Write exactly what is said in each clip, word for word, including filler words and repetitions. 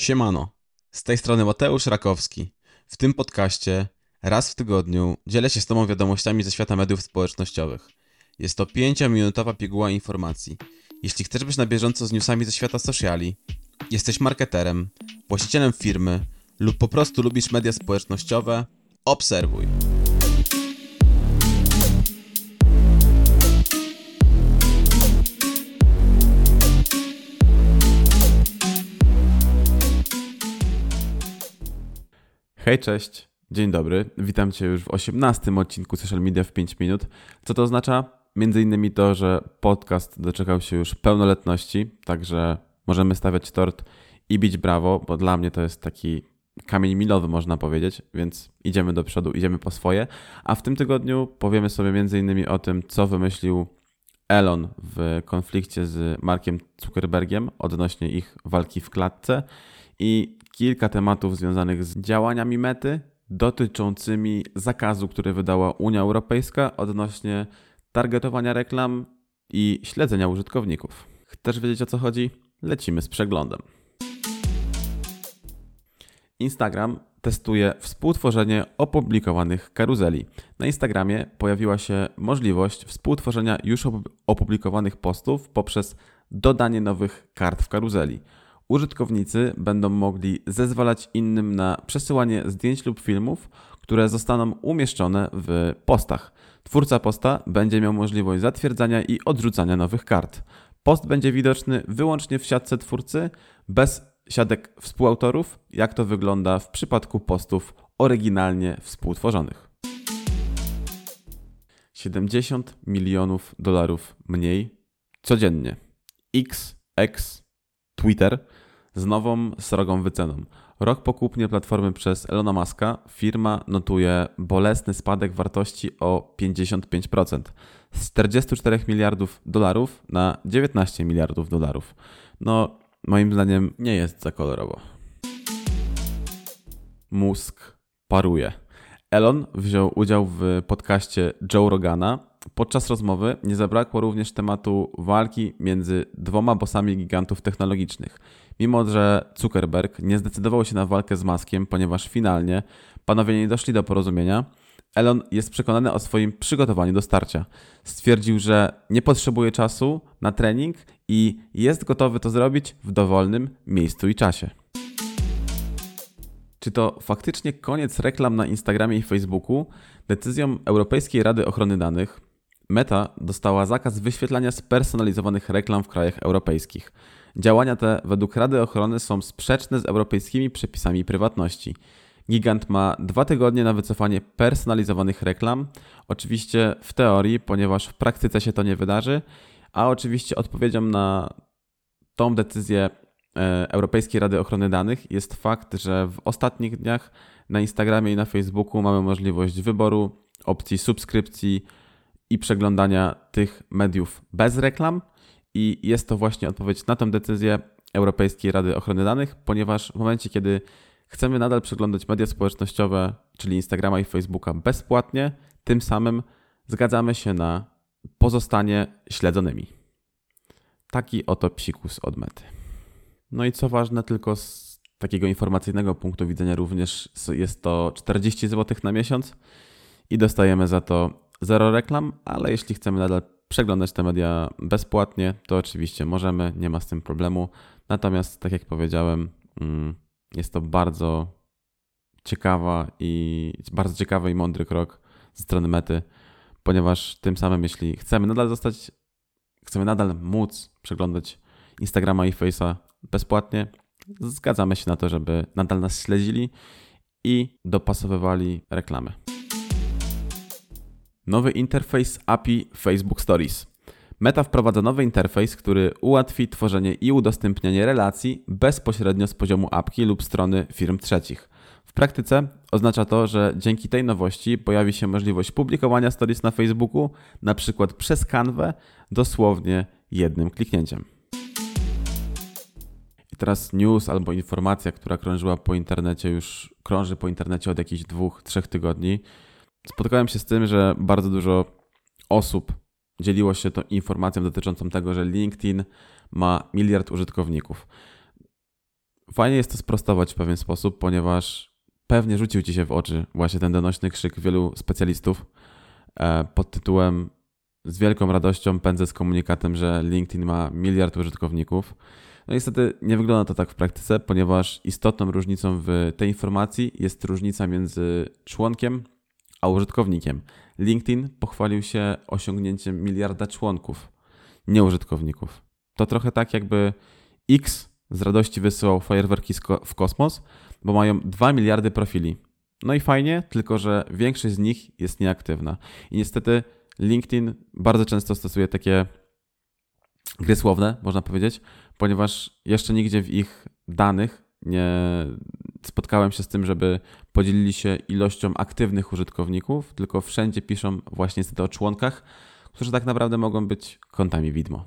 Siemano, z tej strony Mateusz Rakowski. W tym podcaście raz w tygodniu dzielę się z Tobą wiadomościami ze świata mediów społecznościowych. Jest to pięciominutowa piguła informacji. Jeśli chcesz być na bieżąco z newsami ze świata sociali, jesteś marketerem, właścicielem firmy lub po prostu lubisz media społecznościowe, obserwuj. Hej, cześć, dzień dobry, witam Cię już w osiemnastym odcinku Social Media w pięć minut. Co to oznacza? Między innymi to, że podcast doczekał się już pełnoletności, także możemy stawiać tort i bić brawo, bo dla mnie to jest taki kamień milowy, można powiedzieć, więc idziemy do przodu, idziemy po swoje. A w tym tygodniu powiemy sobie między innymi o tym, co wymyślił Elon w konflikcie z Markiem Zuckerbergiem odnośnie ich walki w klatce i kilka tematów związanych z działaniami Mety dotyczącymi zakazu, który wydała Unia Europejska odnośnie targetowania reklam i śledzenia użytkowników. Chcesz wiedzieć, o co chodzi? Lecimy z przeglądem. Instagram testuje współtworzenie opublikowanych karuzeli. Na Instagramie pojawiła się możliwość współtworzenia już opublikowanych postów poprzez dodanie nowych kart w karuzeli. Użytkownicy będą mogli zezwalać innym na przesyłanie zdjęć lub filmów, które zostaną umieszczone w postach. Twórca posta będzie miał możliwość zatwierdzania i odrzucania nowych kart. Post będzie widoczny wyłącznie w siatce twórcy, bez siatek współautorów, jak to wygląda w przypadku postów oryginalnie współtworzonych. siedemdziesiąt milionów dolarów mniej codziennie. X, X, Twitter z nową srogą wyceną. Rok po kupnie platformy przez Elona Muska firma notuje bolesny spadek wartości o pięćdziesiąt pięć procent. Z czterdzieści cztery miliardów dolarów na dziewiętnaście miliardów dolarów. No, moim zdaniem nie jest za kolorowo. Musk paruje. Elon wziął udział w podcaście Joe Rogana. Podczas rozmowy nie zabrakło również tematu walki między dwoma bossami gigantów technologicznych. Mimo że Zuckerberg nie zdecydował się na walkę z Muskiem, ponieważ finalnie panowie nie doszli do porozumienia, Elon jest przekonany o swoim przygotowaniu do starcia. Stwierdził, że nie potrzebuje czasu na trening i jest gotowy to zrobić w dowolnym miejscu i czasie. Czy to faktycznie koniec reklam na Instagramie i Facebooku? Decyzją Europejskiej Rady Ochrony Danych Meta dostała zakaz wyświetlania spersonalizowanych reklam w krajach europejskich. Działania te według Rady Ochrony są sprzeczne z europejskimi przepisami prywatności. Gigant ma dwa tygodnie na wycofanie personalizowanych reklam. Oczywiście w teorii, ponieważ w praktyce się to nie wydarzy, a oczywiście odpowiedzią na tą decyzję Europejskiej Rady Ochrony Danych jest fakt, że w ostatnich dniach na Instagramie i na Facebooku mamy możliwość wyboru opcji subskrypcji i przeglądania tych mediów bez reklam i jest to właśnie odpowiedź na tę decyzję Europejskiej Rady Ochrony Danych, ponieważ w momencie, kiedy chcemy nadal przeglądać media społecznościowe, czyli Instagrama i Facebooka bezpłatnie, tym samym zgadzamy się na pozostanie śledzonymi. Taki oto psikus od Mety. No i co ważne, tylko z takiego informacyjnego punktu widzenia również jest to czterdzieści złotych na miesiąc i dostajemy za to zero reklam, ale jeśli chcemy nadal przeglądać te media bezpłatnie, to oczywiście możemy, nie ma z tym problemu. Natomiast tak jak powiedziałem, jest to bardzo ciekawa i bardzo ciekawy i mądry krok ze strony Mety, ponieważ tym samym jeśli chcemy nadal zostać, chcemy nadal móc przeglądać Instagrama i Face'a bezpłatnie, zgadzamy się na to, żeby nadal nas śledzili i dopasowywali reklamy. Nowy interfejs A P I Facebook Stories. Meta wprowadza nowy interfejs, który ułatwi tworzenie i udostępnianie relacji bezpośrednio z poziomu apki lub strony firm trzecich. W praktyce oznacza to, że dzięki tej nowości pojawi się możliwość publikowania stories na Facebooku, na przykład przez Canwę, dosłownie jednym kliknięciem. I teraz news albo informacja, która krążyła po internecie, już krąży po internecie od jakichś dwóch, trzech tygodni. Spotkałem się z tym, że bardzo dużo osób dzieliło się tą informacją dotyczącą tego, że LinkedIn ma miliard użytkowników. Fajnie jest to sprostować w pewien sposób, ponieważ pewnie rzucił Ci się w oczy właśnie ten donośny krzyk wielu specjalistów e, pod tytułem z wielką radością pędzę z komunikatem, że LinkedIn ma miliard użytkowników. No niestety nie wygląda to tak w praktyce, ponieważ istotną różnicą w tej informacji jest różnica między członkiem a użytkownikiem. LinkedIn pochwalił się osiągnięciem miliarda członków, nie użytkowników. To trochę tak, jakby X z radości wysyłał fajerwerki w kosmos, bo mają dwa miliardy profili. No i fajnie, tylko że większość z nich jest nieaktywna. I niestety LinkedIn bardzo często stosuje takie gry słowne, można powiedzieć, ponieważ jeszcze nigdzie w ich danych nie spotkałem się z tym, żeby podzielili się ilością aktywnych użytkowników, tylko wszędzie piszą właśnie niestety o członkach, którzy tak naprawdę mogą być kontami widmo.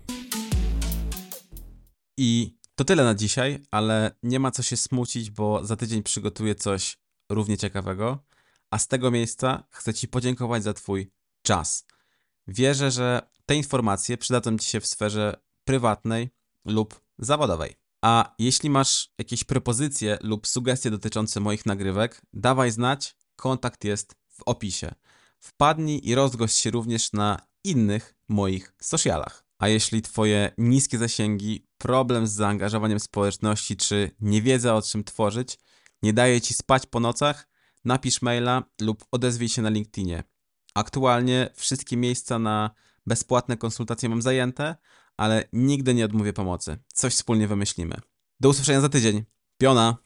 I to tyle na dzisiaj, ale nie ma co się smucić, bo za tydzień przygotuję coś równie ciekawego, a z tego miejsca chcę Ci podziękować za Twój czas. Wierzę, że te informacje przydadzą Ci się w sferze prywatnej lub zawodowej. A jeśli masz jakieś propozycje lub sugestie dotyczące moich nagrywek, dawaj znać, kontakt jest w opisie. Wpadnij i rozgość się również na innych moich socialach. A jeśli Twoje niskie zasięgi, problem z zaangażowaniem społeczności czy niewiedza o czym tworzyć nie daje Ci spać po nocach, napisz maila lub odezwij się na LinkedInie. Aktualnie wszystkie miejsca na bezpłatne konsultacje mam zajęte, ale nigdy nie odmówię pomocy. Coś wspólnie wymyślimy. Do usłyszenia za tydzień. Piona!